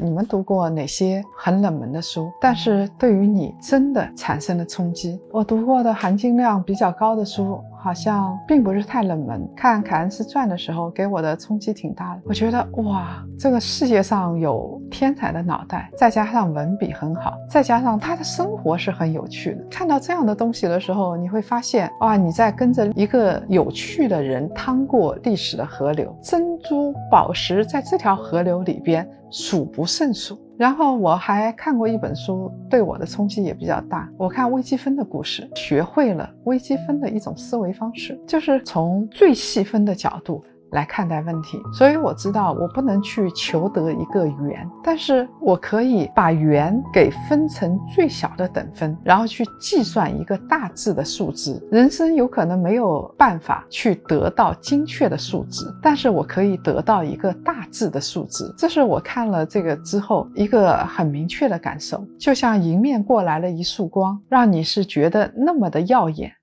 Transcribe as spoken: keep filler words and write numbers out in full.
你们读过哪些很冷门的书，但是对于你真的产生了冲击？我读过的含金量比较高的书好像并不是太冷门，看凯恩斯传的时候给我的冲击挺大的。我觉得哇，这个世界上有天才的脑袋，再加上文笔很好，再加上他的生活是很有趣的。看到这样的东西的时候，你会发现哇，你在跟着一个有趣的人趟过历史的河流，珍珠宝石在这条河流里边数不胜数。然后我还看过一本书，对我的冲击也比较大。我看微积分的故事，学会了微积分的一种思维方式，就是从最细分的角度来看待问题。所以我知道我不能去求得一个圆，但是我可以把圆给分成最小的等分，然后去计算一个大致的数值。人生有可能没有办法去得到精确的数值，但是我可以得到一个大致的数值。这是我看了这个之后一个很明确的感受，就像迎面过来了一束光，让你是觉得那么的耀眼，